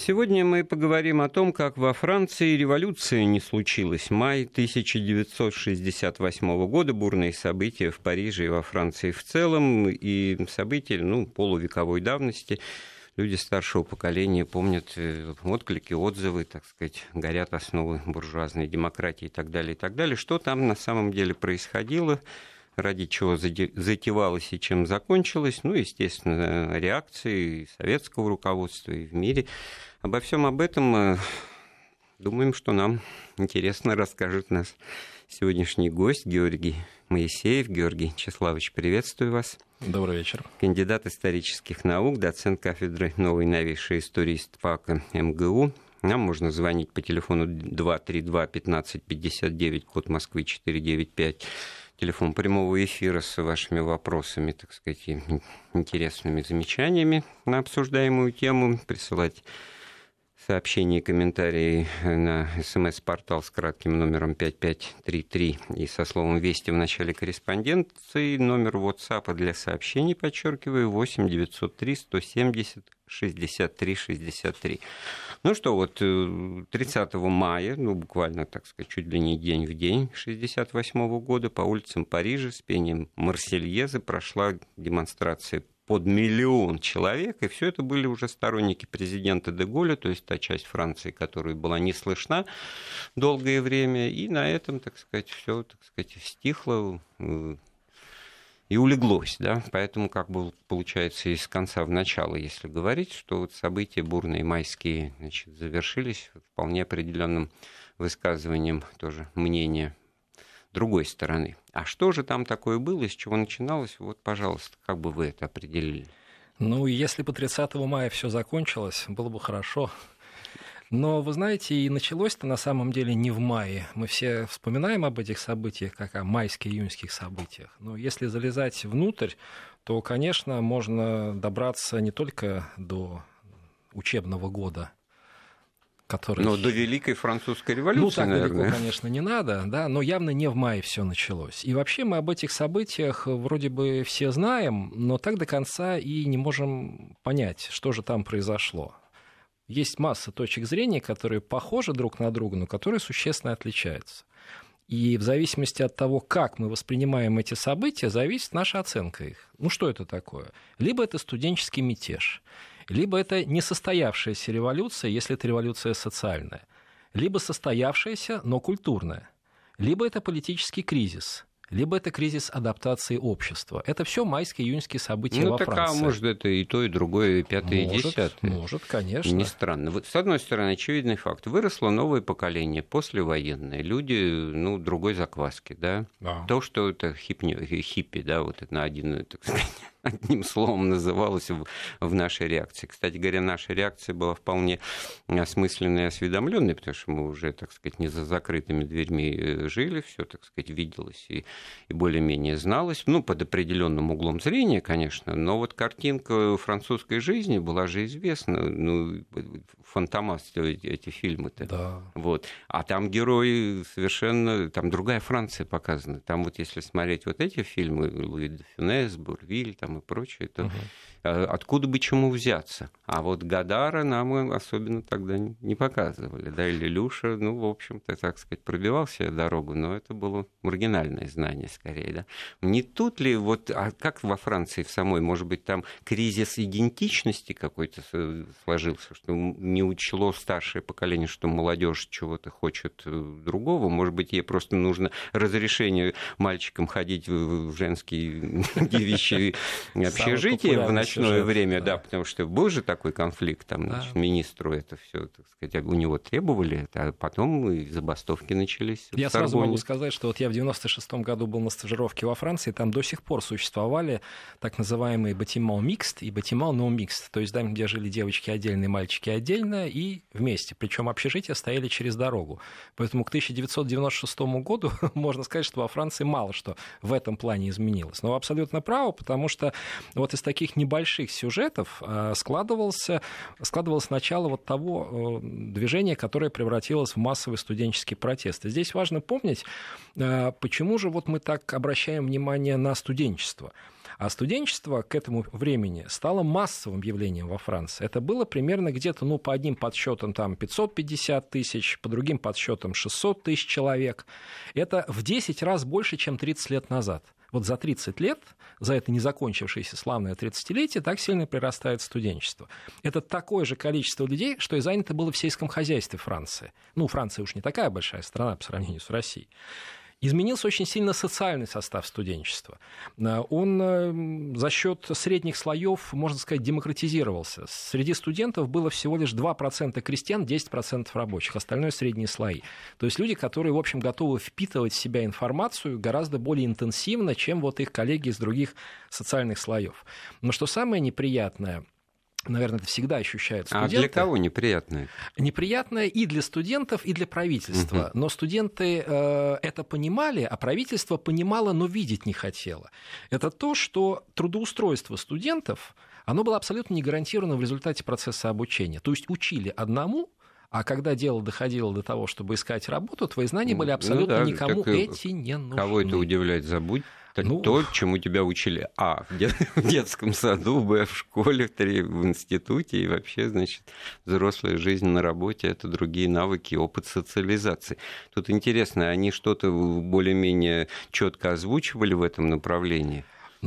Сегодня мы поговорим о том, как во Франции революция не случилась. Май 1968 года, бурные события в Париже и во Франции в целом, и события полувековой давности. Люди старшего поколения помнят отклики, отзывы, так сказать, горят основы буржуазной демократии и так далее, и так далее. Что там на самом деле происходило, ради чего затевалось и чем закончилось, естественно, реакции советского руководства и в мире. Обо всем об этом думаем, что нам интересно расскажет наш сегодняшний гость Георгий Моисеев. Георгий Числавович, приветствую вас. Добрый вечер. Кандидат исторических наук, доцент кафедры новой и новейшей истории СТФАКа МГУ. Нам можно звонить по телефону 232-1559, код Москвы 495. Телефон прямого эфира с вашими вопросами, так сказать, и интересными замечаниями на обсуждаемую тему. Присылать сообщения и комментарии на СМС-портал с кратким номером 5533 и со словом «Вести» в начале корреспонденции. Номер WhatsApp для сообщений, подчеркиваю, 8 903 170 63 63. Ну что, 30 мая, буквально, так сказать, чуть ли не день в день 1968 года по улицам Парижа с пением «Марсельезы» прошла демонстрация под 1 миллион человек, и все это были уже сторонники президента де Голля, то есть та часть Франции, которая была не слышна долгое время, и на этом, так сказать, все, так сказать, стихло и улеглось, да, поэтому получается из конца в начало, если говорить, что события бурные майские, завершились вполне определенным высказыванием тоже мнения другой стороны. А что же там такое было, с чего начиналось? Пожалуйста, как бы вы это определили? Если бы 30 мая все закончилось, было бы хорошо. Но, вы знаете, и началось-то на самом деле не в мае. Мы все вспоминаем об этих событиях, как о майско-июньских событиях. Но если залезать внутрь, то, конечно, можно добраться не только до учебного года, который... Но до Великой Французской революции, так наверное. далеко, конечно, не надо, да, но явно не в мае все началось. И вообще мы об этих событиях вроде бы все знаем, но так до конца и не можем понять, что же там произошло. Есть масса точек зрения, которые похожи друг на друга, но которые существенно отличаются. И в зависимости от того, как мы воспринимаем эти события, зависит наша оценка их. Что это такое? Либо это студенческий мятеж, либо это несостоявшаяся революция, если это революция социальная, либо состоявшаяся, но культурная, либо это политический кризис, либо это кризис адаптации общества. Это все майско-июньские события во Франции. Может, это и то, и другое, и пятое, и десятое. Может, конечно. Не странно. С одной стороны, очевидный факт. Выросло новое поколение, послевоенное. Люди, другой закваски, да? Да. То, что это хиппи, да, это на один, так сказать, одним словом называлось в нашей реакции. Кстати говоря, наша реакция была вполне осмысленной и осведомленной, потому что мы уже, так сказать, не за закрытыми дверьми жили, все, так сказать, виделось и более-менее зналось, под определенным углом зрения, конечно, но картинка французской жизни была же известна, Фантомас, эти фильмы-то. Да. А там герои совершенно, там другая Франция показана. Там если смотреть эти фильмы, Луи де Фюнес, Бурвиль, там и прочее, то откуда бы чему взяться? А Годара нам особенно тогда не показывали, да, или Люша, в общем-то, так сказать, пробивал себе дорогу, но это было маргинальное знание, скорее, да. Не тут ли, а как во Франции в самой, может быть, там кризис идентичности какой-то сложился, что не учло старшее поколение, что молодежь чего-то хочет другого, может быть, ей просто нужно разрешение мальчикам ходить в женские девичьи общежития в ночное время, да, потому что был же такой конфликт, министру это все, так сказать, у него требовали, а потом и забастовки начались. Я сразу могу сказать, что я в 96-м году был на стажировке во Франции, там до сих пор существовали так называемые батимон микст и батимон нон микст, то есть там, где жили девочки отдельно и мальчики отдельно и вместе, причем общежития стояли через дорогу. Поэтому к 1996 году можно сказать, что во Франции мало что в этом плане изменилось. Но вы абсолютно правы, потому что из таких небольших небольших сюжетов складывалось начало вот того движения, которое превратилось в массовый студенческий протест. И здесь важно помнить, почему же вот мы так обращаем внимание на студенчество. А студенчество к этому времени стало массовым явлением во Франции. Это было примерно где-то, по одним подсчетам, 550 тысяч, по другим подсчетам 600 тысяч человек. Это в 10 раз больше, чем 30 лет назад. Вот за 30 лет, за это незакончившееся славное 30-летие, так сильно прирастает студенчество. Это такое же количество людей, что и занято было в сельском хозяйстве Франции. Франция уж не такая большая страна по сравнению с Россией. Изменился очень сильно социальный состав студенчества. Он за счет средних слоев, можно сказать, демократизировался. Среди студентов было всего лишь 2% крестьян, 10% рабочих, остальное средние слои. То есть люди, которые, в общем, готовы впитывать в себя информацию гораздо более интенсивно, чем вот их коллеги из других социальных слоев. Но что самое неприятное, наверное, это всегда ощущают студенты. А для кого неприятное? Неприятное и для студентов, и для правительства. Но студенты это понимали, а правительство понимало, но видеть не хотело. Это то, что трудоустройство студентов, оно было абсолютно не гарантировано в результате процесса обучения. То есть учили одному, а когда дело доходило до того, чтобы искать работу, твои знания были абсолютно никому эти не нужны. Кого это удивляет, забудь. То, чему тебя учили в детском саду, в школе, в институте, и вообще, взрослая жизнь на работе — это другие навыки, опыт социализации. Тут интересно, они что-то более-менее четко озвучивали в этом направлении?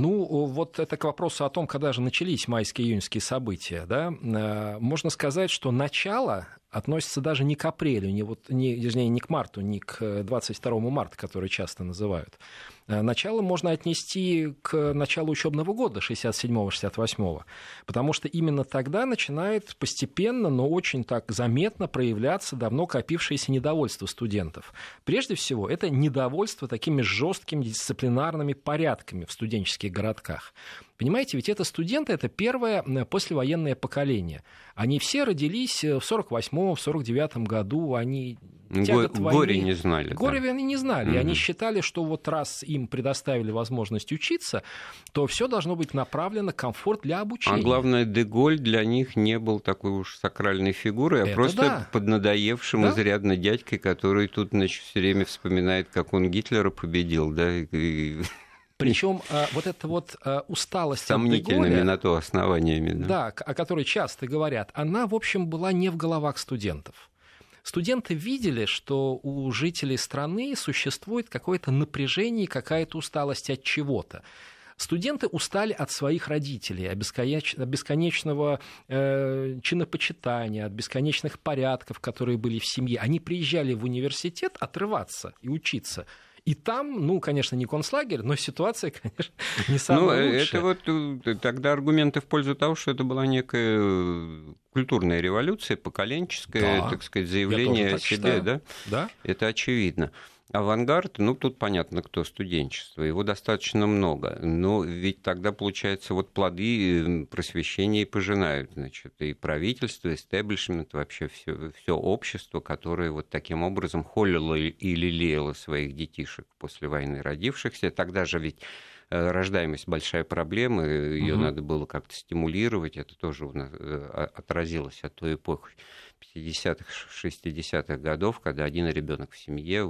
Вот это к вопросу о том, когда же начались майские и июньские события. Да? Можно сказать, что начало относится даже не к апрелю, не к марту, не к 22 марта, который часто называют. Начало можно отнести к началу учебного года 67-68, потому что именно тогда начинает постепенно, но очень так заметно проявляться давно копившееся недовольство студентов. Прежде всего, это недовольство такими жесткими дисциплинарными порядками в студенческих городках. Понимаете, ведь это студенты, это первое послевоенное поколение. Они все родились в 48-м, в 49-м году, они тягот войны... Горе не знали. Горе они не знали. И они считали, что вот раз им предоставили возможность учиться, то все должно быть направлено комфорт для обучения. А главное, Де-Голь для них не был такой уж сакральной фигурой, а просто поднадоевшим изрядно дядькой, который тут все время вспоминает, как он Гитлера победил, да, Причем вот эта вот усталость сомнительными от Де-Голля, на то основаниями. Да, о которой часто говорят, она, в общем, была не в головах студентов. Студенты видели, что у жителей страны существует какое-то напряжение, какая-то усталость от чего-то. Студенты устали от своих родителей, от бесконечного чинопочитания, от бесконечных порядков, которые были в семье. Они приезжали в университет отрываться и учиться. И там, конечно, не концлагерь, но ситуация, конечно, не самая лучшая. Это тогда аргументы в пользу того, что это была некая культурная революция, поколенческое, так сказать, заявление о себе, да? Это очевидно. Авангард, тут понятно, кто студенчество, его достаточно много, но ведь тогда, получается, плоды просвещения и пожинают, и правительство, и истеблишмент, вообще все общество, которое таким образом холило и лелеяло своих детишек после войны родившихся. Тогда же ведь рождаемость большая проблема, ее надо было как-то стимулировать, это тоже у нас отразилось от той эпохи 50-х, 60-х годов, когда один ребенок в семье,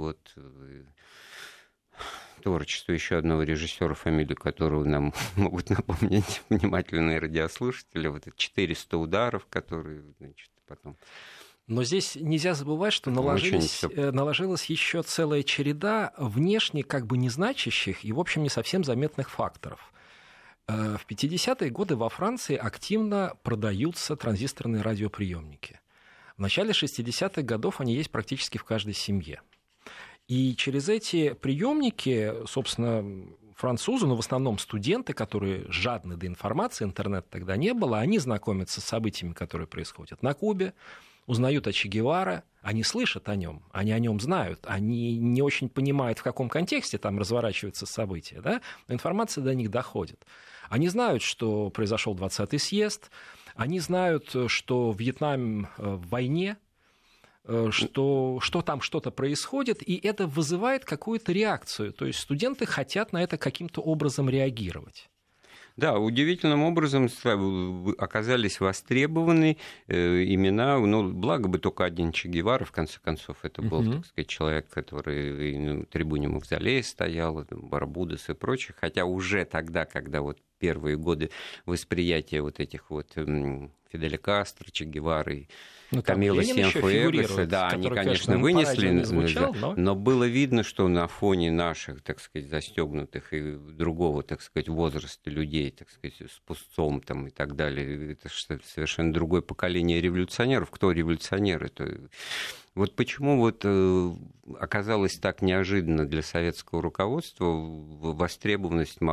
творчество еще одного режиссера, фамилию которого нам могут напомнить внимательные радиослушатели, 400 ударов, которые, потом... Но здесь нельзя забывать, что наложилась еще целая череда внешне как бы незначащих и, в общем, не совсем заметных факторов. В 50-е годы во Франции активно продаются транзисторные радиоприемники. В начале 60-х годов они есть практически в каждой семье. И через эти приемники, собственно, французы, но в основном студенты, которые жадны до информации, интернета тогда не было, они знакомятся с событиями, которые происходят на Кубе, узнают о Че Геваре, они слышат о нем, они о нем знают, они не очень понимают, в каком контексте там разворачиваются события, да? Но информация до них доходит. Они знают, что произошел 20-й съезд, они знают, что Вьетнам в войне, что там что-то происходит, и это вызывает какую-то реакцию. То есть студенты хотят на это каким-то образом реагировать. Да, удивительным образом оказались востребованы имена, ну, благо бы только один Че Гевара, в конце концов, это был, так сказать, человек, который на трибуне Мавзолея стоял, Барбудес и прочих, хотя уже тогда, когда вот первые годы восприятия вот этих вот Фиделя Кастро, Че Гевары, Камила Сиэнфуэгаса, да, они, конечно, вынесли, но было видно, что на фоне наших, так сказать, застегнутых и другого, так сказать, возраста людей, так сказать, с пустцом там и так далее, это совершенно другое поколение революционеров. Кто революционеры? Это... Вот почему вот оказалось так неожиданно для советского руководства востребованность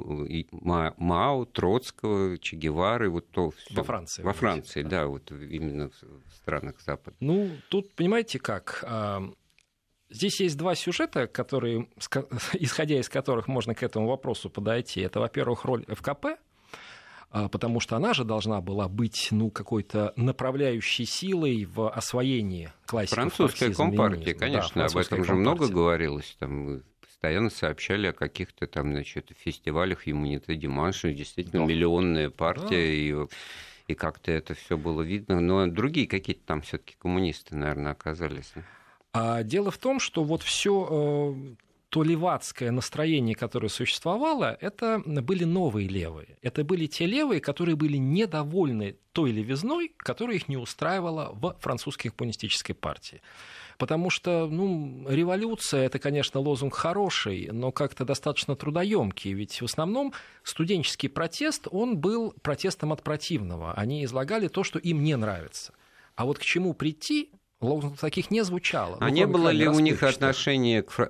Мао, Троцкого, Че Гевары, вот то всё. Во Франции, да, вот именно в странах Запада. Ну, тут, понимаете, как... Здесь есть два сюжета, которые, исходя из которых можно к этому вопросу подойти. Это, во-первых, роль ФКП, потому что она же должна была быть, ну, какой-то направляющей силой в освоении классиков марксизма. Французская компартия, конечно, да, об этом же много говорилось. Там постоянно сообщали о каких-то там, значит, фестивалях Юманité Диманша, действительно миллионная партия, и как-то это все было видно. Но другие какие-то там все-таки коммунисты, наверное, оказались. А дело в том, что вот все то левацкое настроение, которое существовало, это были новые левые. Это были те левые, которые были недовольны той левизной, которая их не устраивала в французской коммунистической партии. Потому что, ну, революция – это, конечно, лозунг хороший, но как-то достаточно трудоемкий. Ведь в основном студенческий протест, он был протестом от противного. Они излагали то, что им не нравится. А вот к чему прийти – лозунгов таких не звучало. А не было ли у них отношение к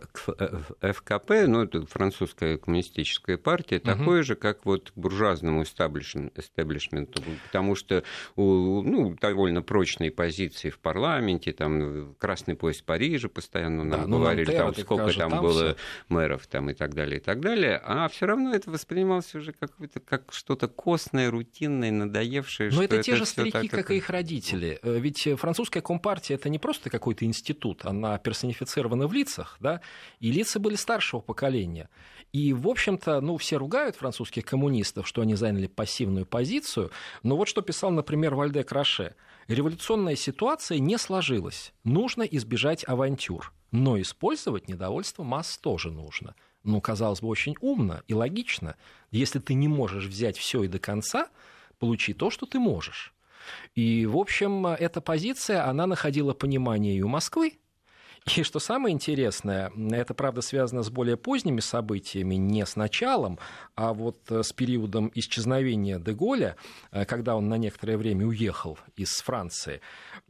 ФКП, ну, это французская коммунистическая партия, такое же, как вот к буржуазному эстеблишменту? Потому что ну, довольно прочные позиции в парламенте, там Красный пояс Парижа постоянно нам говорили, там, сколько там было мэров там, и так далее, а все равно это воспринималось уже как что-то костное, рутинное, надоевшее. Но это те же старики, как и их родители. Ведь французская компартия это не просто какой-то институт, она персонифицирована в лицах, да, и лица были старшего поколения. И, в общем-то, ну, все ругают французских коммунистов, что они заняли пассивную позицию, но вот что писал, например, Вальдек Роше. Революционная ситуация не сложилась, нужно избежать авантюр, но использовать недовольство масс тоже нужно. Ну, казалось бы, очень умно и логично. Если ты не можешь взять все и до конца, получи то, что ты можешь. И, в общем, эта позиция, она находила понимание и у Москвы. И что самое интересное, это, правда, связано с более поздними событиями, не с началом, а вот с периодом исчезновения де Голля, когда он на некоторое время уехал из Франции.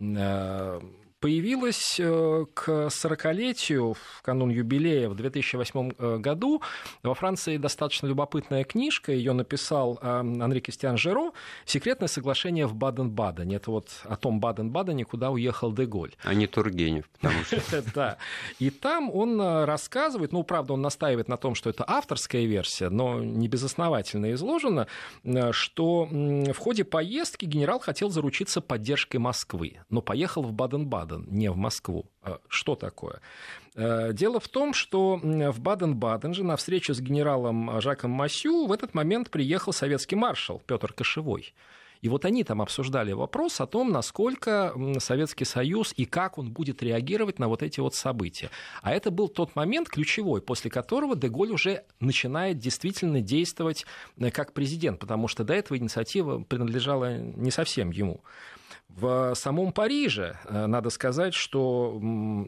Появилась к 40-летию, в канун юбилея в 2008 году, во Франции достаточно любопытная книжка, ее написал Анри Кристиан Жеро «Секретное соглашение в Баден-Бадене». Это вот о том Баден-Бадене, куда уехал де Голль. А не Тургенев, потому что... Да. И там он рассказывает, ну, правда, он настаивает на том, что это авторская версия, но не безосновательно изложено, что в ходе поездки генерал хотел заручиться поддержкой Москвы, но поехал в Баден-Баден, не в Москву. Что такое? Дело в том, что в Баден-Баден же на встречу с генералом Жаком Массю в этот момент приехал советский маршал Петр Кошевой. И вот они там обсуждали вопрос о том, насколько Советский Союз и как он будет реагировать на вот эти вот события. А это был тот момент ключевой, после которого де Голль уже начинает действительно действовать как президент, потому что до этого инициатива принадлежала не совсем ему. В самом Париже, надо сказать, что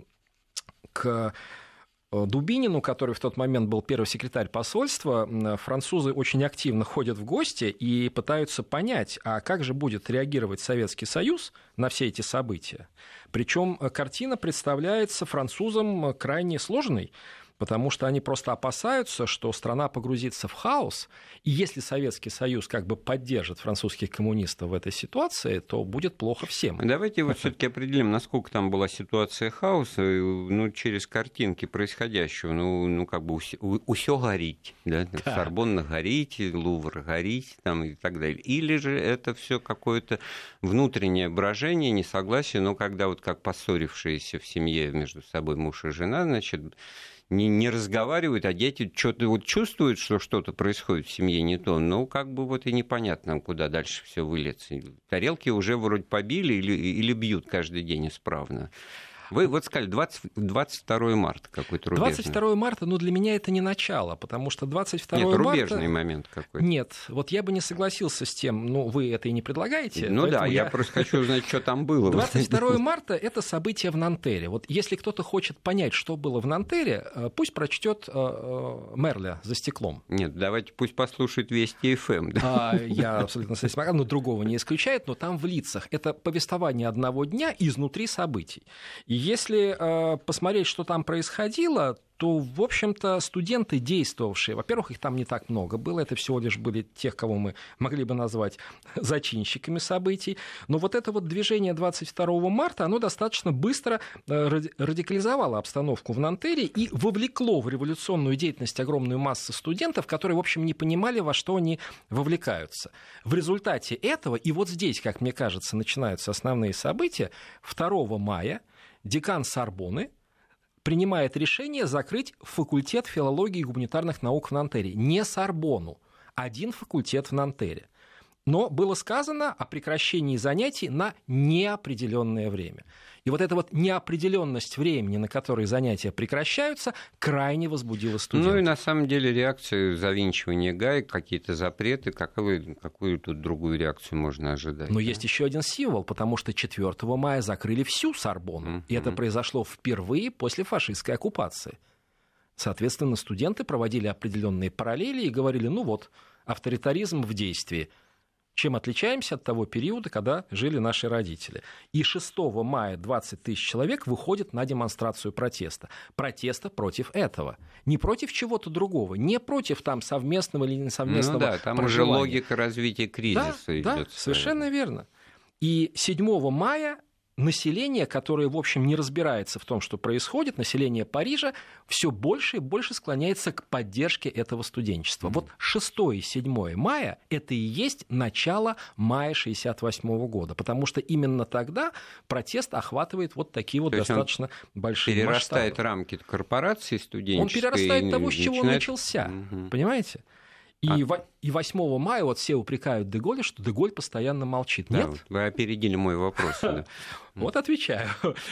к Дубинину, который в тот момент был первый секретарь посольства, французы очень активно ходят в гости и пытаются понять, а как же будет реагировать Советский Союз на все эти события. Причем картина представляется французам крайне сложной, потому что они просто опасаются, что страна погрузится в хаос, и если Советский Союз как бы поддержит французских коммунистов в этой ситуации, то будет плохо всем. Давайте вот все-таки определим, насколько там была ситуация хаоса, ну, через картинки происходящего, ну как бы усё горить, да? Сорбонна горить, Лувр горить, там, и так далее. Или же это все какое-то внутреннее брожение, несогласие, но когда вот как поссорившиеся в семье между собой муж и жена, значит, не разговаривают, а дети что-то вот чувствуют, что что-то происходит в семье не то, но как бы вот и непонятно, куда дальше все выльется. Тарелки уже вроде побили или бьют каждый день исправно. Вы вот сказали, 22 марта какой-то рубежный. 22 марта, ну, для меня это не начало, потому что 22 Нет, марта... рубежный момент какой-то. Нет, вот я бы не согласился с тем, ну, вы это и не предлагаете. Ну да, я просто хочу узнать, что там было. 22 марта – это событие в Нантере. Вот если кто-то хочет понять, что было в Нантере, пусть прочтет Мерля «За стеклом». Нет, давайте пусть послушает Вести ФМ. Да? Я абсолютно согласен, но другого не исключает, но там в лицах. Это повествование одного дня изнутри событий. И если посмотреть, что там происходило, то, в общем-то, студенты, действовавшие, во-первых, их там не так много было, это всего лишь были тех, кого мы могли бы назвать зачинщиками событий, но вот это вот движение 22 марта, оно достаточно быстро радикализовало обстановку в Нантере и вовлекло в революционную деятельность огромную массу студентов, которые, в общем, не понимали, во что они вовлекаются. В результате этого, и вот здесь, как мне кажется, начинаются основные события, 2 мая декан Сорбонны принимает решение закрыть факультет филологии и гуманитарных наук в Нантере. Не Сорбонну, один факультет в Нантере. Но было сказано о прекращении занятий на неопределенное время. И вот эта вот неопределенность времени, на которое занятия прекращаются, крайне возбудила студентов. Ну и на самом деле реакция завинчивания гаек, какие-то запреты, какую тут другую реакцию можно ожидать? Но есть еще один символ, потому что 4 мая закрыли всю Сорбонну. И это произошло впервые после фашистской оккупации. Соответственно, студенты проводили определенные параллели и говорили, ну вот, авторитаризм в действии. Чем отличаемся от того периода, когда жили наши родители. И 6 мая 20 тысяч человек выходят на демонстрацию протеста. Протеста против этого. Не против чего-то другого. Не против там совместного или несовместного проживания. Там проживания. уже логика развития кризиса идет. Да, совершенно верно. И 7 мая население, которое, в общем, не разбирается в том, что происходит, население Парижа, все больше и больше склоняется к поддержке этого студенчества. Вот 6 и 7 мая – это и есть начало мая 1968 года, потому что именно тогда протест охватывает вот такие вот достаточно большие масштабы. Перерастает рамки корпорации студенческой. Он перерастает того, с чего он начался, понимаете? И 8 мая вот все упрекают Де-Голля, что Де-Голь постоянно молчит. Да, нет? Вы опередили мой вопрос. Вот отвечаю.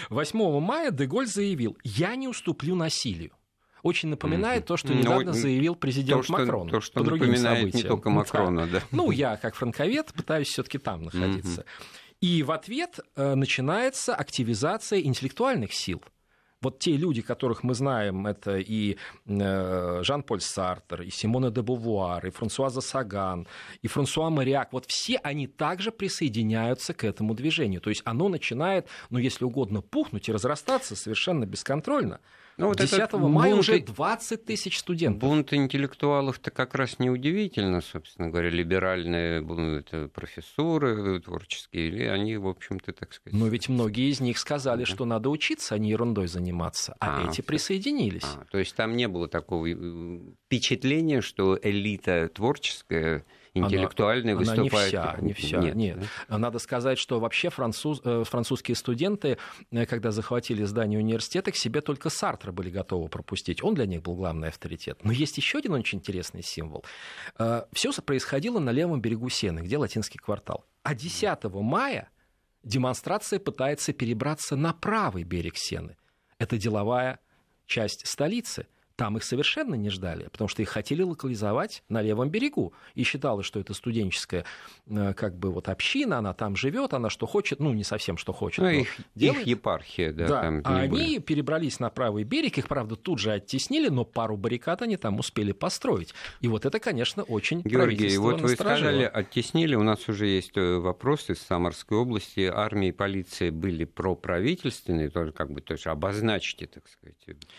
8 мая Де-Голь заявил: «Я не уступлю насилию». Очень напоминает то, что недавно заявил президент Макрон. То, что напоминает не только Макрона. Да. Ну, я, как франковед, пытаюсь все-таки там находиться. И в ответ начинается активизация интеллектуальных сил. Вот те люди, которых мы знаем, это и Жан-Поль Сартр, и Симона де Бувуар, и Франсуаза Саган, и Франсуа Мариак, вот все они также присоединяются к этому движению. То есть оно начинает, ну, если угодно, пухнуть и разрастаться совершенно бесконтрольно. Ну, вот 10 мая уже 20 тысяч студентов. Бунт интеллектуалов-то как раз неудивительно, собственно говоря, либеральные профессуры творческие, они, в общем-то, так сказать... Но ведь многие из них сказали, что надо учиться, а не ерундой заниматься, эти присоединились. То есть там не было такого впечатления, что элита творческая... интеллектуальные выступают. Она не вся. Нет. Надо сказать, что вообще французские студенты, когда захватили здание университета, к себе только Сартра были готовы пропустить. Он для них был главный авторитет. Но есть еще один очень интересный символ. Все происходило на левом берегу Сены, где Латинский квартал. А 10 мая демонстрация пытается перебраться на правый берег Сены. Это деловая часть столицы. Там их совершенно не ждали, потому что их хотели локализовать на левом берегу. И считалось, что это студенческая как бы вот община, она там живет, она что хочет, ну, не совсем что хочет. Их епархия, да. Да, там они перебрались на правый берег, их, правда, тут же оттеснили, но пару баррикад они там успели построить. И вот это, конечно, очень Георгий, вот вы насторожило. сказали, оттеснили, у нас уже есть вопрос из Самарской области. Армия и полиция были проправительственные, тоже как бы тоже обозначьте, так сказать.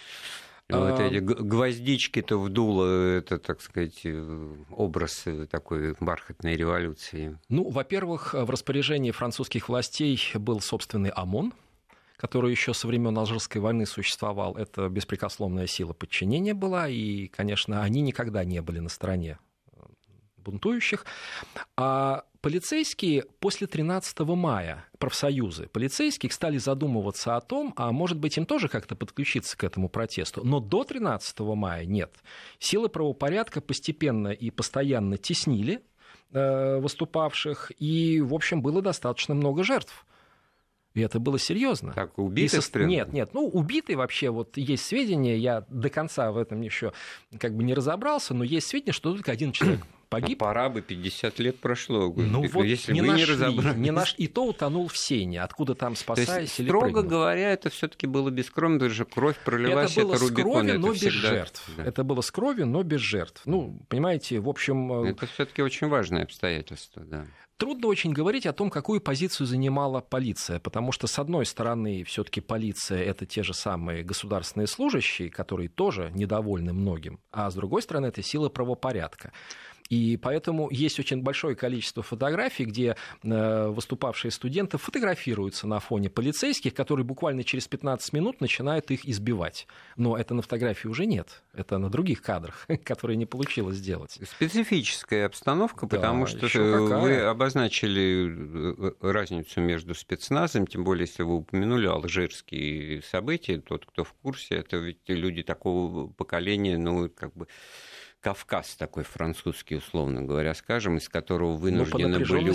Вот эти гвоздички-то вдуло, это, так сказать, образ такой бархатной революции. Ну, во-первых, в распоряжении французских властей был собственный ОМОН, который еще со времен Алжирской войны существовал. Это беспрекословная сила подчинения была, и, конечно, они никогда не были на стороне бунтующих. А полицейские после 13 мая, профсоюзы полицейских, стали задумываться о том, а может быть им тоже как-то подключиться к этому протесту. Но до 13 мая нет. Силы правопорядка постепенно и постоянно теснили выступавших, и, в общем, было достаточно много жертв. И это было серьезно. Так, убитых? Нет. Ну, убитые вообще, вот есть сведения, я до конца в этом еще как бы не разобрался, но есть сведения, что только один человек погиб. А пора бы, 50 лет прошло. Ну вот если не вы нашли, не разобрались. И то утонул в сене, откуда там спасаясь. То есть, или строго прыгнув. говоря, это все-таки было бескровно, потому что кровь пролилась, это было это с Рубикон. кровью, но это без всегда... жертв. Да. Это было с кровью, но без жертв. Ну, понимаете, в общем... Это все-таки очень важное обстоятельство, да. Трудно очень говорить о том, какую позицию занимала полиция, потому что, с одной стороны, все-таки полиция — это те же самые государственные служащие, которые тоже недовольны многим, а с другой стороны, это силы правопорядка. И поэтому есть очень большое количество фотографий, где выступавшие студенты фотографируются на фоне полицейских, которые буквально через 15 минут начинают их избивать. Но это на фотографии уже нет. Это на других кадрах, которые не получилось сделать. Специфическая обстановка, Да, потому что вы обозначили разницу между спецназом, тем более, если вы упомянули алжирские события, тот, кто в курсе, это ведь люди такого поколения, ну, как бы... Кавказ такой французский, условно говоря, скажем, из которого вынуждены были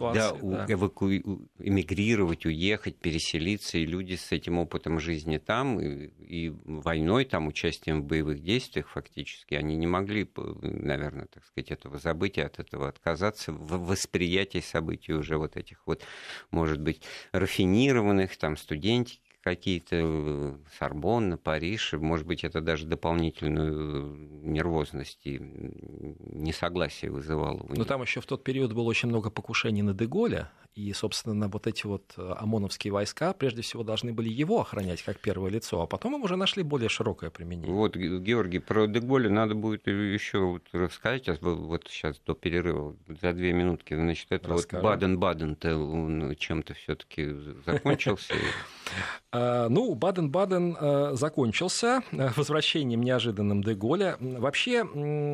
эмигрировать, уехать, переселиться, и люди с этим опытом жизни там, и войной, там, участием в боевых действиях фактически, они не могли, наверное, так сказать, этого забыть и от этого отказаться в восприятии событий уже вот этих вот, может быть, рафинированных, там, студентики, какие-то, Сорбонна, Париж, может быть, это даже дополнительную нервозность и несогласие вызывало у них. Но там еще в тот период было очень много покушений на Де-Голля, и, собственно, вот эти вот ОМОНовские войска прежде всего должны были его охранять как первое лицо, а потом им уже нашли более широкое применение. Вот, Георгий, про Де-Голля надо будет еще вот рассказать, вот сейчас до перерыва, за 2 минутки, значит, это вот Баден-Баден-то он чем-то все-таки закончился. Ну, Баден-Баден закончился возвращением неожиданным Де-Голля. Вообще,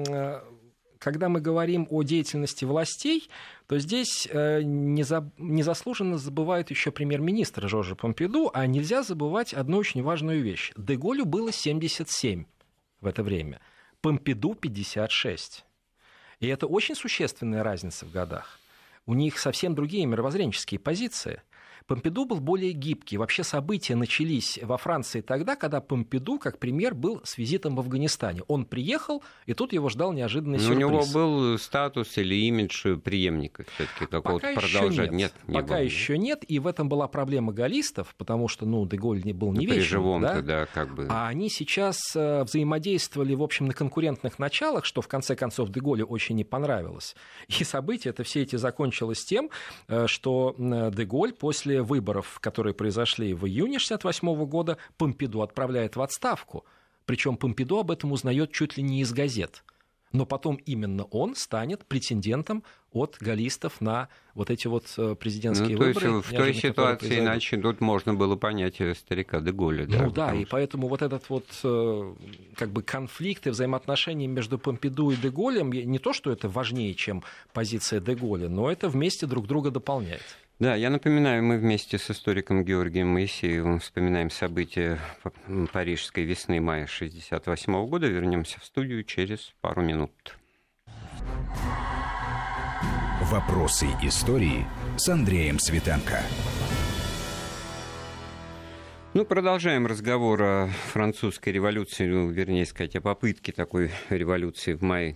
когда мы говорим о деятельности властей, то здесь незаслуженно забывают еще премьер-министр Жоржа Помпиду, а нельзя забывать одну очень важную вещь. Де-Голлю было 77 в это время, Помпиду 56. И это очень существенная разница в годах. У них совсем другие мировоззренческие позиции. Помпиду был более гибкий. Вообще события начались во Франции тогда, когда Помпиду, как премьер, был с визитом в Афганистане. Он приехал, и тут его ждал неожиданный сюрприз. У него был статус или имидж преемника все-таки какого-то продолжать? Нет, пока еще нет. И в этом была проблема галлистов, потому что, Де-Голль был не вечен. При живом-то, да, как бы. А они сейчас взаимодействовали, в общем, на конкурентных началах, что, в конце концов, Де-Голлю очень не понравилось. И события все эти закончилось тем, что Де-Голль после выборов, которые произошли в июне 1968 года, Помпиду отправляет в отставку. Причем Помпиду об этом узнает чуть ли не из газет. Но потом именно он станет претендентом от галлистов на вот эти вот президентские выборы. То есть в той ситуации, иначе тут можно было понять старика Де-Голля. Да, и поэтому вот этот вот как бы конфликт и взаимоотношения между Помпиду и Де-Голлем, не то, что это важнее, чем позиция Де-Голля, но это вместе друг друга дополняет. Да, я напоминаю, мы вместе с историком Георгием Моисеевым вспоминаем события парижской весны мая 1968 года. Вернемся в студию через пару минут. Вопросы истории с Андреем Светенко. Продолжаем разговор о французской революции, вернее сказать, о попытке такой революции в мае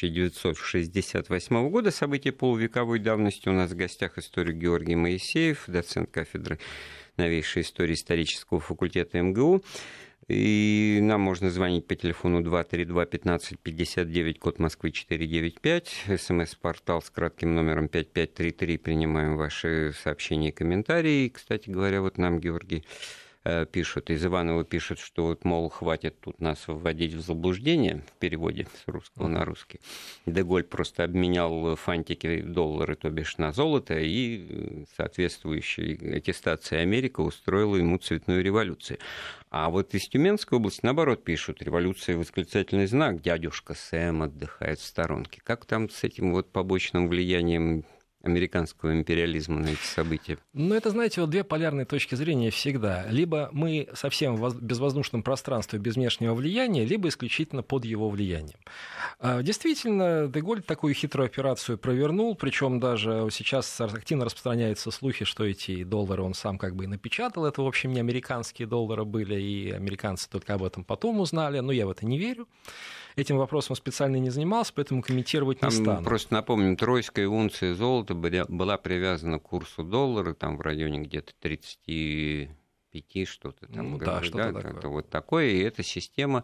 1968 года. События полувековой давности. У нас в гостях историк Георгий Моисеев, доцент кафедры новейшей истории исторического факультета МГУ. И нам можно звонить по телефону 232-1559, код Москвы 495, СМС-портал с кратким номером 5533. Принимаем ваши сообщения и комментарии. Кстати говоря, вот нам Георгий пишут, из Иванова пишут, что вот, мол, хватит тут нас вводить в заблуждение, в переводе с русского на русский. Де-Голь просто обменял фантики доллары, то бишь на золото, и соответствующей аттестации Америка устроила ему цветную революцию. А вот из Тюменской области, наоборот, пишут: революция, восклицательный знак, дядюшка Сэм отдыхает в сторонке. Как там с этим вот побочным влиянием американского империализма на эти события? Ну, это, знаете, вот две полярные точки зрения всегда. Либо мы совсем в безвоздушном пространстве без внешнего влияния, либо исключительно под его влиянием. Действительно, Де-Голь такую хитрую операцию провернул, причем даже сейчас активно распространяются слухи, что эти доллары он сам как бы и напечатал. Это, в общем, не американские доллары были, и американцы только об этом потом узнали, но я в это не верю. Этим вопросом специально не занимался, поэтому комментировать не стану. Просто напомним, тройская унция золота была привязана к курсу доллара, там в районе где-то 35 что-то там. Да, что-то такое. Это вот такое, и эта система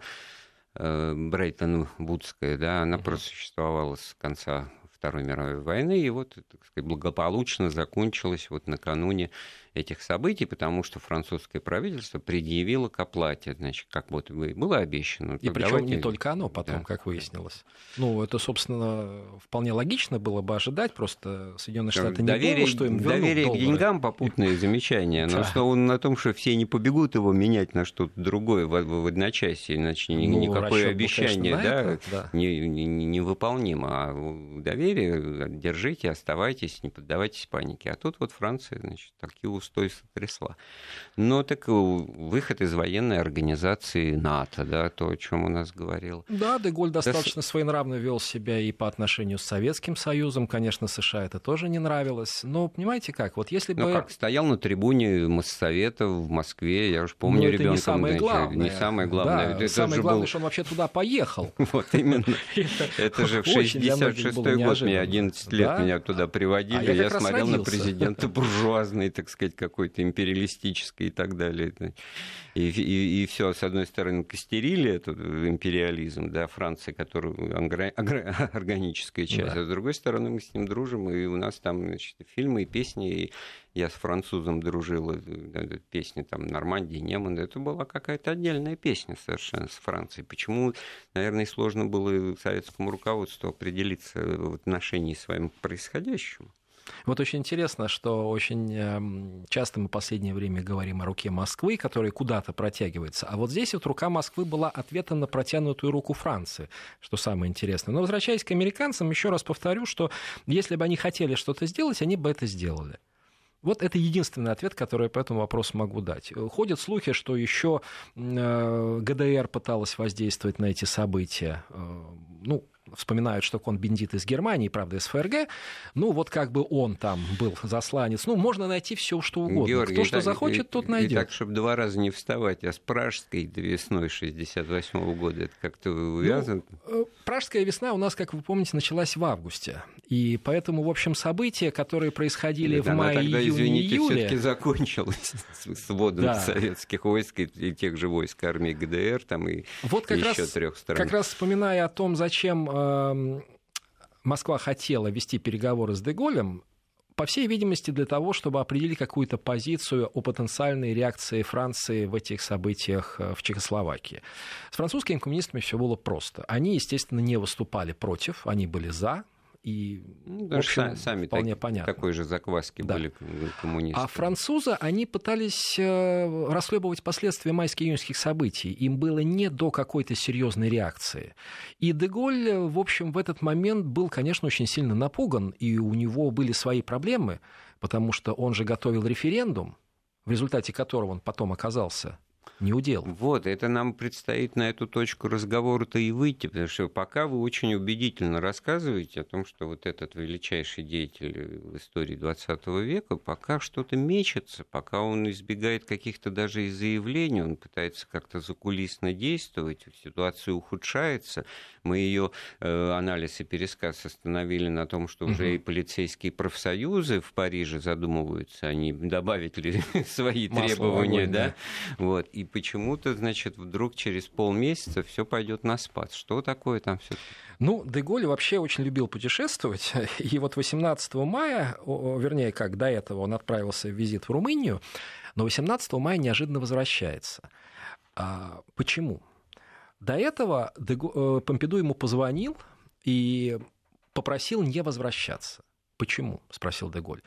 Бреттон-Вудская, да, она просуществовала с конца Второй мировой войны, и вот, так сказать, благополучно закончилась вот накануне этих событий, потому что французское правительство предъявило к оплате, значит, как будто бы было обещано. И причем не только оно потом, да, как выяснилось. Ну, это, собственно, вполне логично было бы ожидать, просто Соединенные Штаты не думали, что им вернут доверие доллары. К деньгам — попутное замечание, но основано на том, что все не побегут его менять на что-то другое в одночасье, иначе никакое обещание, конечно, невыполнимо. А доверие держите, оставайтесь, не поддавайтесь панике. А тут вот Франция, значит, такие устои сотрясла. Но так выход из военной организации НАТО, да, то, о чем у нас говорил. Да, Де-Голь достаточно своенравно вел себя и по отношению с Советским Союзом. Конечно, США это тоже не нравилось. Но понимаете как? Вот если бы... Ну как, стоял на трибуне Моссовета в Москве, я уж помню, ребенком. Не самое главное. Не самое главное. Да, самое главное, что он вообще туда поехал. Вот именно. Это же в 66-й год, мне 11 лет меня туда приводили, я смотрел на президента буржуазный, так сказать, какой-то империалистической и так далее. И все, с одной стороны, костерили этот империализм, да, Франция, которую органическая часть, да. А с другой стороны, мы с ним дружим, и у нас там, значит, фильмы и песни, и я с французом дружил, песни там «Нормандия», «Неман», это была какая-то отдельная песня совершенно с Францией. Почему, наверное, сложно было советскому руководству определиться в отношении своим к происходящему? Вот очень интересно, что очень часто мы в последнее время говорим о руке Москвы, которая куда-то протягивается. А вот здесь вот рука Москвы была ответом на протянутую руку Франции, что самое интересное. Но возвращаясь к американцам, еще раз повторю, что если бы они хотели что-то сделать, они бы это сделали. Вот это единственный ответ, который я по этому вопросу могу дать. Ходят слухи, что еще ГДР пыталась воздействовать на эти события. Ну, вспоминают, что Кон-Бендит из Германии, правда, из ФРГ. Ну, вот как бы он там был засланец. Ну, можно найти все, что угодно. Георгий, кто что захочет, тот найдет. И так, чтобы два раза не вставать, а с Пражской весной 1968 года это как-то увязано? Ну, Пражская весна у нас, как вы помните, началась в августе. И поэтому, в общем, события, которые происходили в мае, тогда, июне, извините, июле... все-таки закончилась с вводом советских войск и тех же войск армии ГДР там, и вот как еще раз, трех стран. Как раз вспоминая о том, зачем Москва хотела вести переговоры с Де-Голем, по всей видимости, для того, чтобы определить какую-то позицию о потенциальной реакции Франции в этих событиях в Чехословакии. С французскими коммунистами все было просто. Они, естественно, не выступали против, они были за. И, в общем, сами вполне понятно. Такой же закваски были коммунисты. А французы, они пытались расхлебывать последствия майско-июньских событий. Им было не до какой-то серьезной реакции. И Де-Голь, в общем, в этот момент был, конечно, очень сильно напуган, и у него были свои проблемы, потому что он же готовил референдум, в результате которого он потом оказался не удел. Вот, это нам предстоит на эту точку разговора-то и выйти, потому что пока вы очень убедительно рассказываете о том, что вот этот величайший деятель в истории XX века пока что-то мечется, пока он избегает каких-то даже и заявлений, он пытается как-то закулисно действовать, ситуация ухудшается. Мы ее анализ и пересказ остановили на том, что уже и полицейские профсоюзы в Париже задумываются, они добавить ли свои требования, да, вот. И почему-то, значит, вдруг через полмесяца все пойдет на спад. Что такое там все? Ну, Де-Голь вообще очень любил путешествовать. И вот 18 мая, вернее, как до этого он отправился в визит в Румынию, Но 18 мая неожиданно возвращается. Почему? До этого Помпиду ему позвонил и попросил не возвращаться. «Почему?» — спросил де-Голь.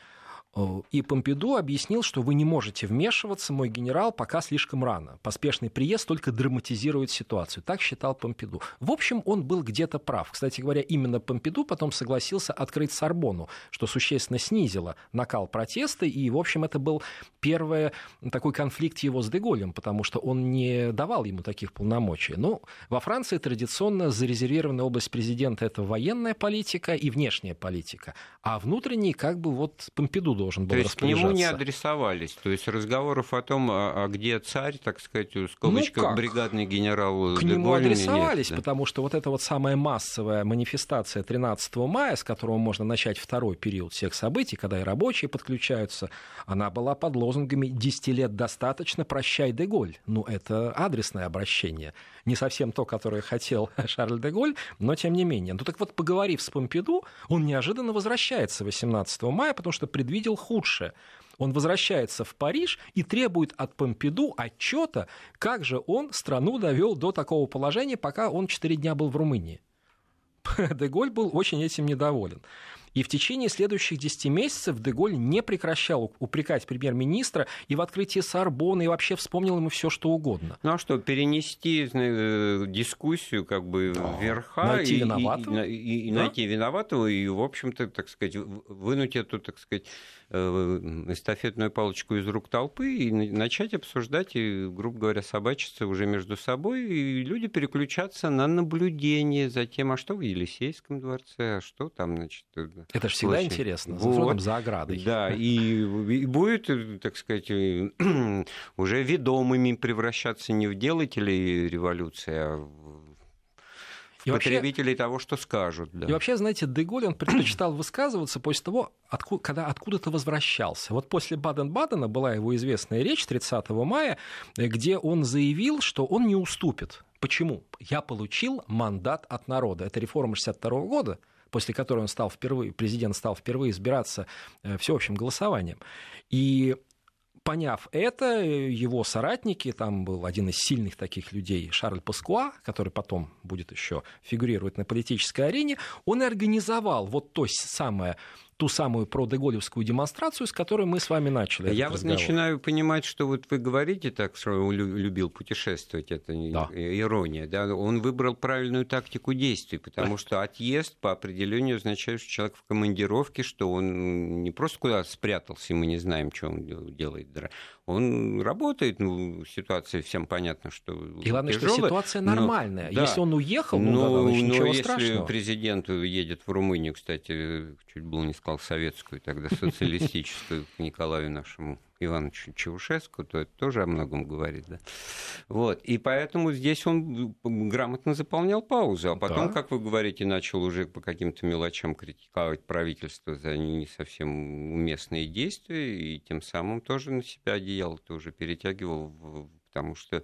И Помпиду объяснил, что вы не можете вмешиваться, мой генерал, пока слишком рано. Поспешный приезд только драматизирует ситуацию. Так считал Помпиду. В общем, он был где-то прав. Кстати говоря, именно Помпиду потом согласился открыть Сорбонну, что существенно снизило накал протеста. И, в общем, это был первый такой конфликт его с де-Голлем, потому что он не давал ему таких полномочий. Но во Франции традиционно зарезервированная область президента — это военная политика и внешняя политика. А внутренний, как бы, вот Помпиду должен был распоряжаться. То есть к нему не адресовались? То есть разговоров о том, где царь, так сказать, в скобочках, бригадный генерал к нему адресовались, нет, потому что вот эта вот самая массовая манифестация 13 мая, с которого можно начать второй период всех событий, когда и рабочие подключаются, она была под лозунгами «10 лет достаточно, прощай, де-Голь». Ну, это адресное обращение. Не совсем то, которое хотел Шарль де-Голь, но тем не менее. Ну так вот, поговорив с Помпиду, он неожиданно возвращается 18 мая, потому что предвидел худшее. Он возвращается в Париж и требует от Помпиду отчета, как же он страну довел до такого положения, пока он 4 дня был в Румынии. де-Голь был очень этим недоволен. И в течение следующих 10 месяцев де-Голь не прекращал упрекать премьер-министра и в открытии Сорбонны, и вообще вспомнил ему все, что угодно. Ну а что, перенести дискуссию как бы вверха, найти виноватого, и найти виноватого, и, в общем-то, так сказать, вынуть эту, так сказать, эстафетную палочку из рук толпы и начать обсуждать, и, грубо говоря, собачиться уже между собой, и люди переключаться на наблюдение за тем, а что в Елисейском дворце, а что там, значит... Это же всегда интересно, вот. За оградой. Да, и будет, так сказать, уже ведомыми превращаться не в делателей революции, а в потребителей того, что скажут. Да. И вообще, знаете, де-Голь, он предпочитал высказываться после того, когда откуда-то возвращался. Вот после Баден-Бадена была его известная речь 30 мая, где он заявил, что он не уступит. Почему? «Я получил мандат от народа». Это реформа 1962 года, после которой президент стал впервые избираться всеобщим голосованием. И поняв это, его соратники, там был один из сильных таких людей, Шарль Паскуа, который потом будет еще фигурировать на политической арене, он и организовал вот ту самую про-деголевскую демонстрацию, с которой мы с вами начали. Я вот начинаю понимать, что вот вы говорите так, что он любил путешествовать, это ирония. Да? Он выбрал правильную тактику действий, потому что отъезд по определению означает, что человек в командировке, что он не просто куда-то спрятался, и мы не знаем, что он делает. Он работает, ситуация всем понятно, что и главное, тяжелая, что ситуация нормальная. Да. Если он уехал, ничего страшного. Если президент едет в Румынию, кстати, чуть было не сказал советскую, тогда социалистическую, к Николаю нашему Ивановичу Чаушеску, то это тоже о многом говорит. Да? Вот. И поэтому здесь он грамотно заполнял паузу, а потом, как вы говорите, начал уже по каким-то мелочам критиковать правительство за не совсем уместные действия, и тем самым тоже на себя одеяло-то уже перетягивал, потому что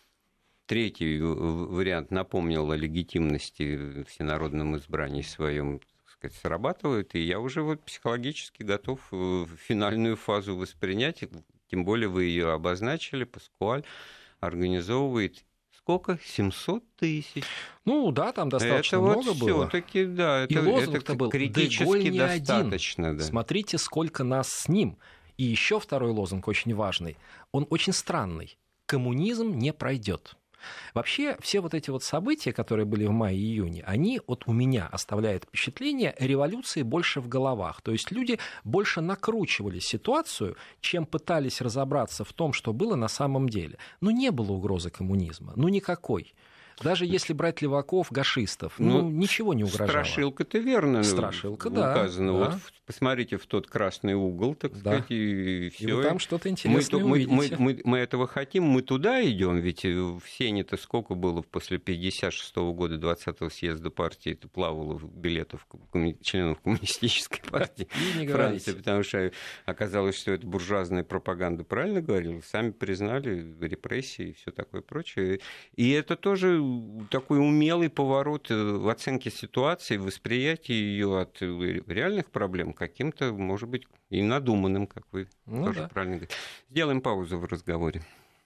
третий вариант напомнил о легитимности всенародном избрании своем, срабатывают, и я уже вот психологически готов финальную фазу воспринять, тем более вы ее обозначили, Паскуаль организовывает сколько? 700 тысяч? Ну да, там достаточно это много вот было. Всё-таки, да, и лозунг-то был критически достаточно. Один. Да. Смотрите, сколько нас с ним. И еще второй лозунг очень важный. Он очень странный. Коммунизм не пройдет. Вообще, все вот эти вот события, которые были в мае-июне, они вот у меня оставляют впечатление революции больше в головах. То есть люди больше накручивали ситуацию, чем пытались разобраться в том, что было на самом деле. Но не было угрозы коммунизма, никакой. Даже если брать леваков, гашистов, ничего не угрожало. Страшилка-то верно. Страшилка, указано. Да. Вот посмотрите в тот красный угол, так сказать, и все. И вы там что-то интересное увидите. Мы этого хотим, мы туда идем, ведь в Сене-то сколько было после 1956 года 20-го съезда партии, это плавало билетов членов коммунистической партии Франции, потому что оказалось, что это буржуазная пропаганда, правильно говорила, сами признали репрессии и все такое прочее. И это тоже такой умелый поворот в оценке ситуации, в восприятии ее от реальных проблем каким-то, может быть, и надуманным, как вы тоже правильно говорите. Сделаем паузу в разговоре.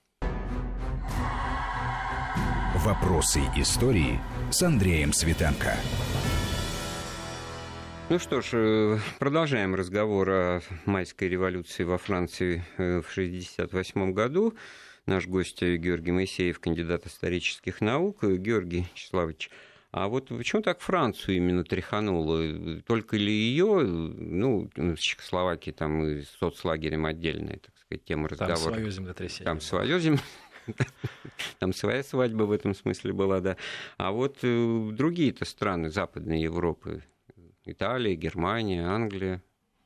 Вопросы истории с Андреем Светенко. Ну что ж, продолжаем разговор о майской революции во Франции в 1968 году. Наш гость Георгий Моисеев, кандидат исторических наук. Георгий Вячеславович, а вот почему так Францию именно тряхануло? Только ли ее, ну, в Чехословакии там и с соцлагерем отдельная, так сказать, тема разговора. Там свое землетрясение. Там свое Там своя свадьба в этом смысле была, да. А вот другие-то страны Западной Европы, Италия, Германия, Англия,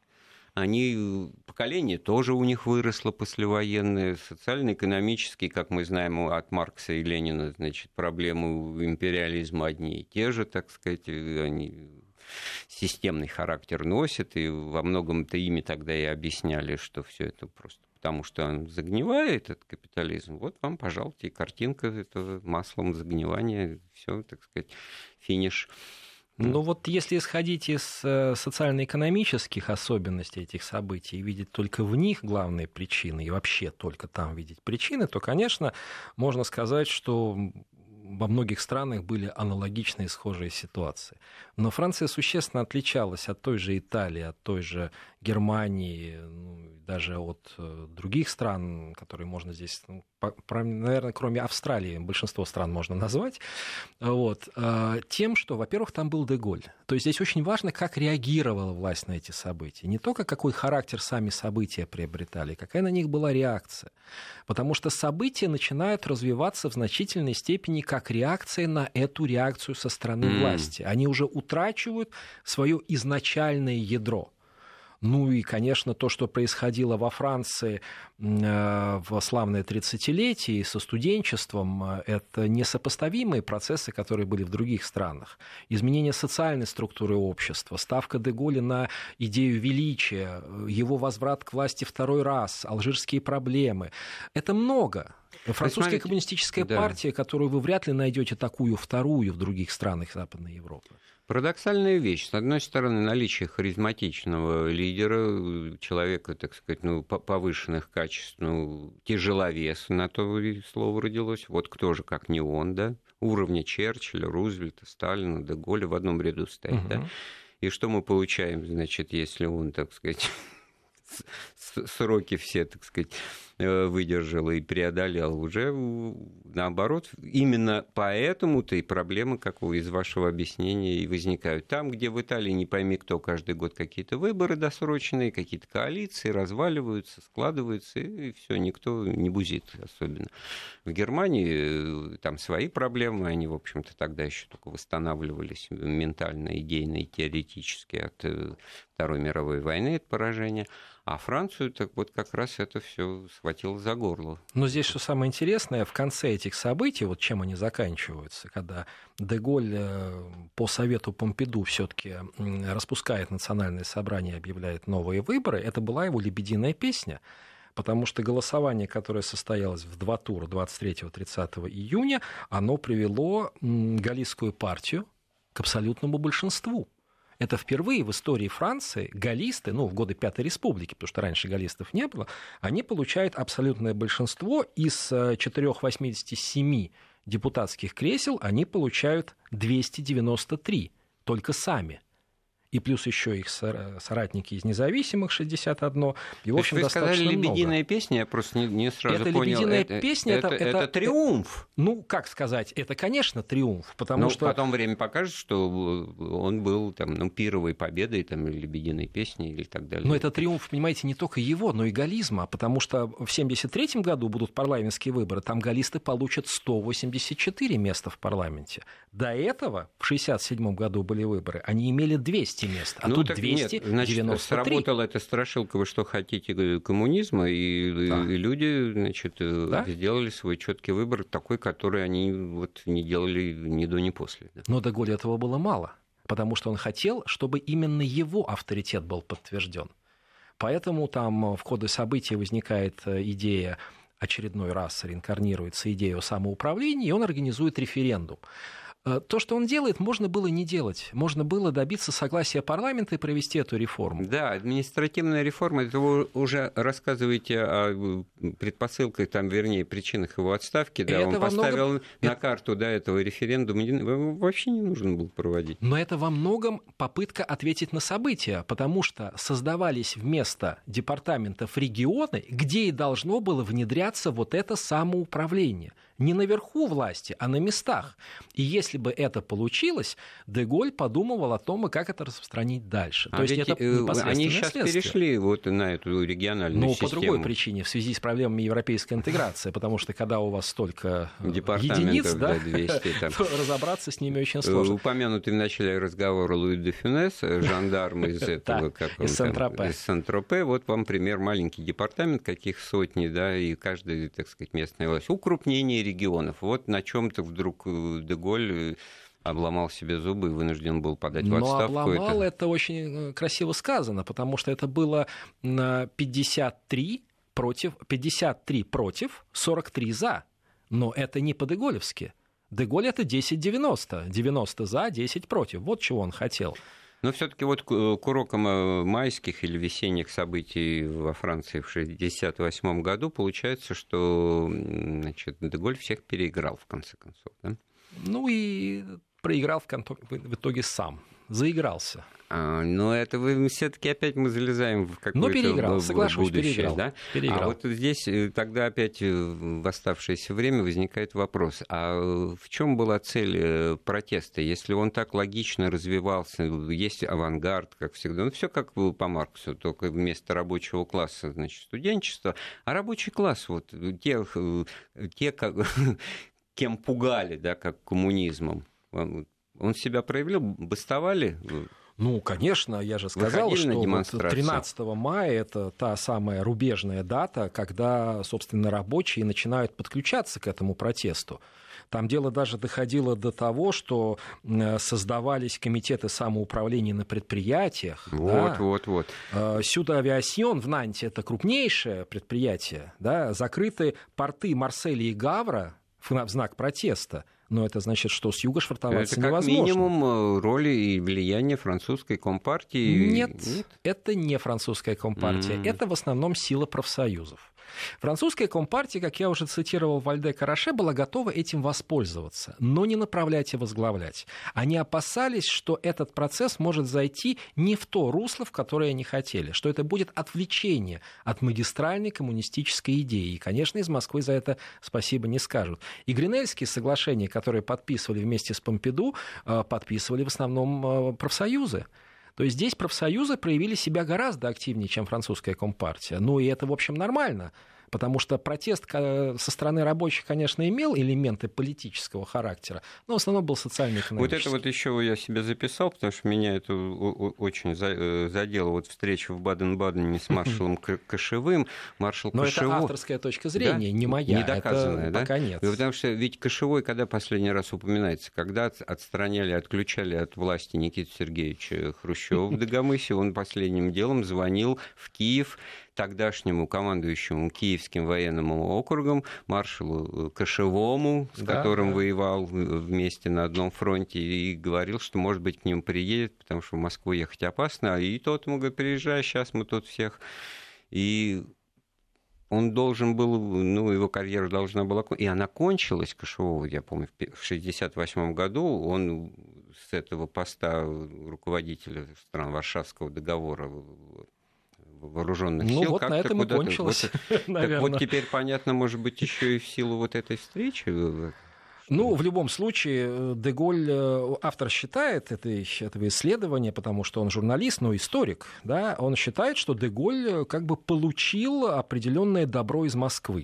они, поколение тоже у них выросло послевоенное, социально-экономические, как мы знаем от Маркса и Ленина, значит, проблемы империализма одни и те же, так сказать, они системный характер носят, и во многом-то ими тогда и объясняли, что все это просто потому, что он загнивает, этот капитализм. Вот вам, пожалуйста, и картинка этого маслом загнивания, все, так сказать, финиш. Ну вот если исходить из социально-экономических особенностей этих событий и видеть только в них главные причины, и вообще только там видеть причины, то, конечно, можно сказать, что во многих странах были аналогичные схожие ситуации. Но Франция существенно отличалась от той же Италии, от той же Германии, даже от других стран, которые можно здесь, наверное, кроме Австралии, большинство стран можно назвать, вот, тем, что, во-первых, там был де-Голь. То есть здесь очень важно, как реагировала власть на эти события. Не только какой характер сами события приобретали, какая на них была реакция. Потому что события начинают развиваться в значительной степени как реакция на эту реакцию со стороны власти. Они уже утрачивают свое изначальное ядро. Ну и, конечно, то, что происходило во Франции в славное 30-летие со студенчеством, это несопоставимые процессы, которые были в других странах. Изменение социальной структуры общества, ставка де-Голля на идею величия, его возврат к власти второй раз, алжирские проблемы. Это много. Французская коммунистическая партия, которую вы вряд ли найдете такую вторую в других странах Западной Европы. Парадоксальная вещь. С одной стороны, наличие харизматичного лидера, человека, так сказать, повышенных качеств, тяжеловес, на то и слово родилось. Вот кто же, как не он, да? Уровня Черчилля, Рузвельта, Сталина, де-Голля в одном ряду стоит, да? И что мы получаем, значит, если он, так сказать, сроки все, так сказать, выдержал и преодолел, уже наоборот. Именно поэтому-то и проблемы, как из вашего объяснения, и возникают. Там, где в Италии не пойми кто, каждый год какие-то выборы досрочные, какие-то коалиции разваливаются, складываются, и все, никто не бузит особенно. В Германии там свои проблемы, они, в общем-то, тогда еще только восстанавливались ментально, идейно и теоретически от Второй мировой войны, от поражения. А Францию так вот как раз это все схватило за горло. Но здесь что самое интересное, в конце этих событий, вот чем они заканчиваются, когда де-Голь по совету Помпиду все-таки распускает национальное собрание и объявляет новые выборы, это была его лебединая песня. Потому что голосование, которое состоялось в два тура 23-30 июня, оно привело галлийскую партию к абсолютному большинству. Это впервые в истории Франции галлисты, в годы Пятой Республики, потому что раньше галлистов не было, они получают абсолютное большинство. Из 487 депутатских кресел они получают 293, только сами. И плюс еще их соратники из независимых 61. И, в общем, вы достаточно сказали «лебединая много. песня», я просто не сразу это понял. «Лебединая песня» это триумф. Как сказать, это, конечно, триумф, потому что... Потом время покажет, что он был пировой победой, «Лебединой песней» или так далее. Но это триумф, понимаете, не только его, но и галлизма, потому что в 1973 году будут парламентские выборы, там галлисты получат 184 места в парламенте. До этого, в 1967 году были выборы, они имели 200 мест, а тут 293. Значит, сработала эта страшилка, вы что хотите, коммунизма, и люди, значит, сделали свой четкий выбор, такой, который они не делали ни до, ни после. Да. Но де-Голлю этого было мало, потому что он хотел, чтобы именно его авторитет был подтвержден. Поэтому там в ходе событий возникает идея очередной раз реинкарнируется идея о самоуправлении, и он организует референдум. То, что он делает, можно было не делать. Можно было добиться согласия парламента и провести эту реформу. Да, административная реформа, это вы уже рассказываете о предпосылках, там, вернее, причинах его отставки. Да, он поставил на карту этого референдума, вообще не нужно было проводить. Но это во многом попытка ответить на события, потому что создавались вместо департаментов регионы, где и должно было внедряться вот это самоуправление. Не наверху власти, а на местах. И если бы это получилось, де-Голь подумывал о том, как это распространить дальше. То есть это непосредственное они сейчас следствие. Перешли вот на эту региональную систему. По другой причине, в связи с проблемами европейской интеграции, потому что когда у вас столько единиц, да, 200, то разобраться с ними очень сложно. Упомянутый в начале разговора Луи де Фюнес, жандарм из этого, из Сен-Тропе, вот вам пример, маленький департамент, каких сотни, да, и каждая, так сказать, местная власть. Укрупнение регионов. Вот на чем-то вдруг де-Голь обломал себе зубы и вынужден был подать в отставку. Но обломал это очень красиво сказано, потому что это было 53 против, 43 за. Но это не по-де-голевски. де-Голь это 10-90. 90 за, 10 против. Вот чего он хотел. Но все-таки вот к урокам майских или весенних событий во Франции в 1968 году получается, что, значит, де-Голь всех переиграл в конце концов. Да? Ну и проиграл в итоге сам. Заигрался. Но это все-таки опять мы залезаем в какое-то переиграл, соглашусь, будущее. Да? Переиграл. А вот здесь тогда опять в оставшееся время возникает вопрос, а в чем была цель протеста? Если он так логично развивался, есть авангард, как всегда, ну все как по Марксу, только вместо рабочего класса, значит, студенчество, а рабочий класс, вот те кем пугали, да, как коммунизмом, он себя проявил, бастовали? Ну, конечно, я же сказал, что 13 мая – это та самая рубежная дата, когда, собственно, рабочие начинают подключаться к этому протесту. Там дело даже доходило до того, что создавались комитеты самоуправления на предприятиях. Вот. Сюда Авиасьон в Нанте – это крупнейшее предприятие. Да? Закрыты порты Марселя и Гавра в знак протеста. Но это значит, что с юга швартоваться невозможно. Это как минимум роли и влияние французской компартии? Нет, это не французская компартия. Это в основном сила профсоюзов. Французская компартия, как я уже цитировал Вальде-Караше, была готова этим воспользоваться, но не направлять и возглавлять. Они опасались, что этот процесс может зайти не в то русло, в которое они хотели, что это будет отвлечение от магистральной коммунистической идеи. И, конечно, из Москвы за это спасибо не скажут. И Гринельские соглашения, которые подписывали вместе с Помпиду, подписывали в основном профсоюзы. То есть здесь профсоюзы проявили себя гораздо активнее, чем французская компартия. Ну и это, в общем, нормально. Потому что протест со стороны рабочих, конечно, имел элементы политического характера, но в основном был социально-экономический. Вот это вот еще я себе записал, потому что меня это очень задело. Вот встреча в Баден-Бадене с маршалом Кошевым. Маршал но Кошевой... это авторская точка зрения, да? Не моя. Не доказанная, это да? Пока нет. Потому что ведь Кошевой, когда последний раз упоминается, когда отстраняли, отключали от власти Никиту Сергеевича Хрущева в Дагомысе, он последним делом звонил в Киев тогдашнему командующему Киевским военным округом, маршалу Кошевому, с которым воевал вместе на одном фронте, и говорил, что, может быть, к ним приедет, потому что в Москву ехать опасно. И тот ему говорит: приезжай, сейчас мы тут всех... И он должен был, ну, его карьера должна была... И она кончилась, Кошевого, я помню, в 1968 году. Он с этого поста руководителя стран Варшавского договора вооруженных сил. Ну вот на этом и кончилось, Так вот теперь понятно, может быть, еще и в силу вот этой встречи. Ну, в любом случае, де-Голь, автор считает этого исследования, потому что он журналист, но историк, да, он считает, что де-Голь как бы получил определенное добро из Москвы.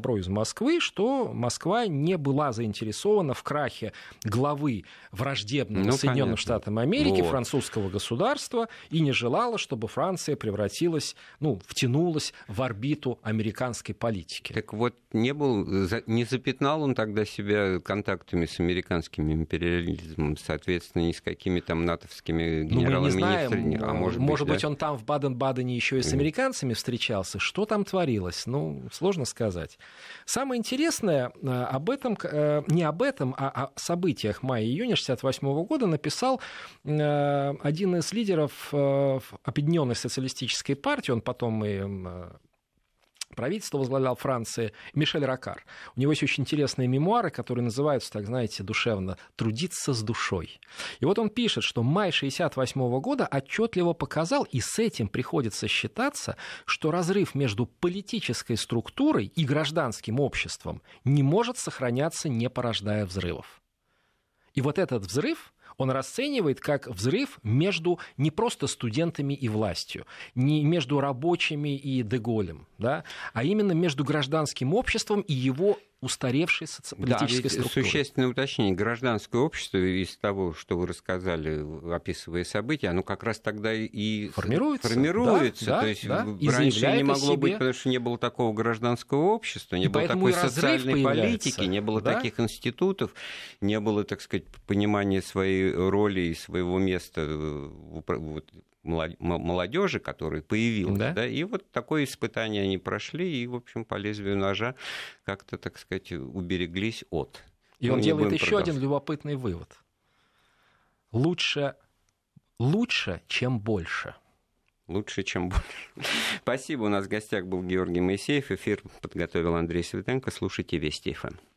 Что Москва не была заинтересована в крахе главы враждебного Соединенным Штатам Америки, французского государства, и не желала, чтобы Франция превратилась, втянулась в орбиту американской политики. Так вот, не запятнал он тогда себя контактами с американским империализмом, соответственно, ни с какими там натовскими генералами-министрами. Может быть, он там в Баден-Бадене еще и с американцами встречался. Что там творилось? Сложно сказать. сказать. Самое интересное об этом, не об этом, а о событиях мая-июня 1968 года написал один из лидеров Объединенной социалистической партии, он потом и правительство возглавлял Франции, Мишель Рокар. У него есть очень интересные мемуары, которые называются, так знаете, душевно «Трудиться с душой». И вот он пишет, что май 1968 года отчетливо показал, и с этим приходится считаться, что разрыв между политической структурой и гражданским обществом не может сохраняться, не порождая взрывов. И вот этот взрыв он расценивает как взрыв между не просто студентами и властью, не между рабочими и Де-Голлем, да, а именно между гражданским обществом и его устаревшей политической структурой. Существенное уточнение. Гражданское общество из того, что вы рассказали, описывая события, оно как раз тогда и формируется. Да, то есть да, раньше не могло быть, потому что не было такого гражданского общества, не было такой социальной политики, не было таких институтов, не было, так сказать, понимания своей роли и своего места молодежи, которая появилась. Да? И вот такое испытание они прошли, и, в общем, по лезвию ножа как-то, так сказать, убереглись от. И он делает еще один любопытный вывод. Лучше, чем больше. Лучше, чем больше. Спасибо. У нас в гостях был Георгий Моисеев. Эфир подготовил Андрей Светенко. Слушайте Вести ФМ.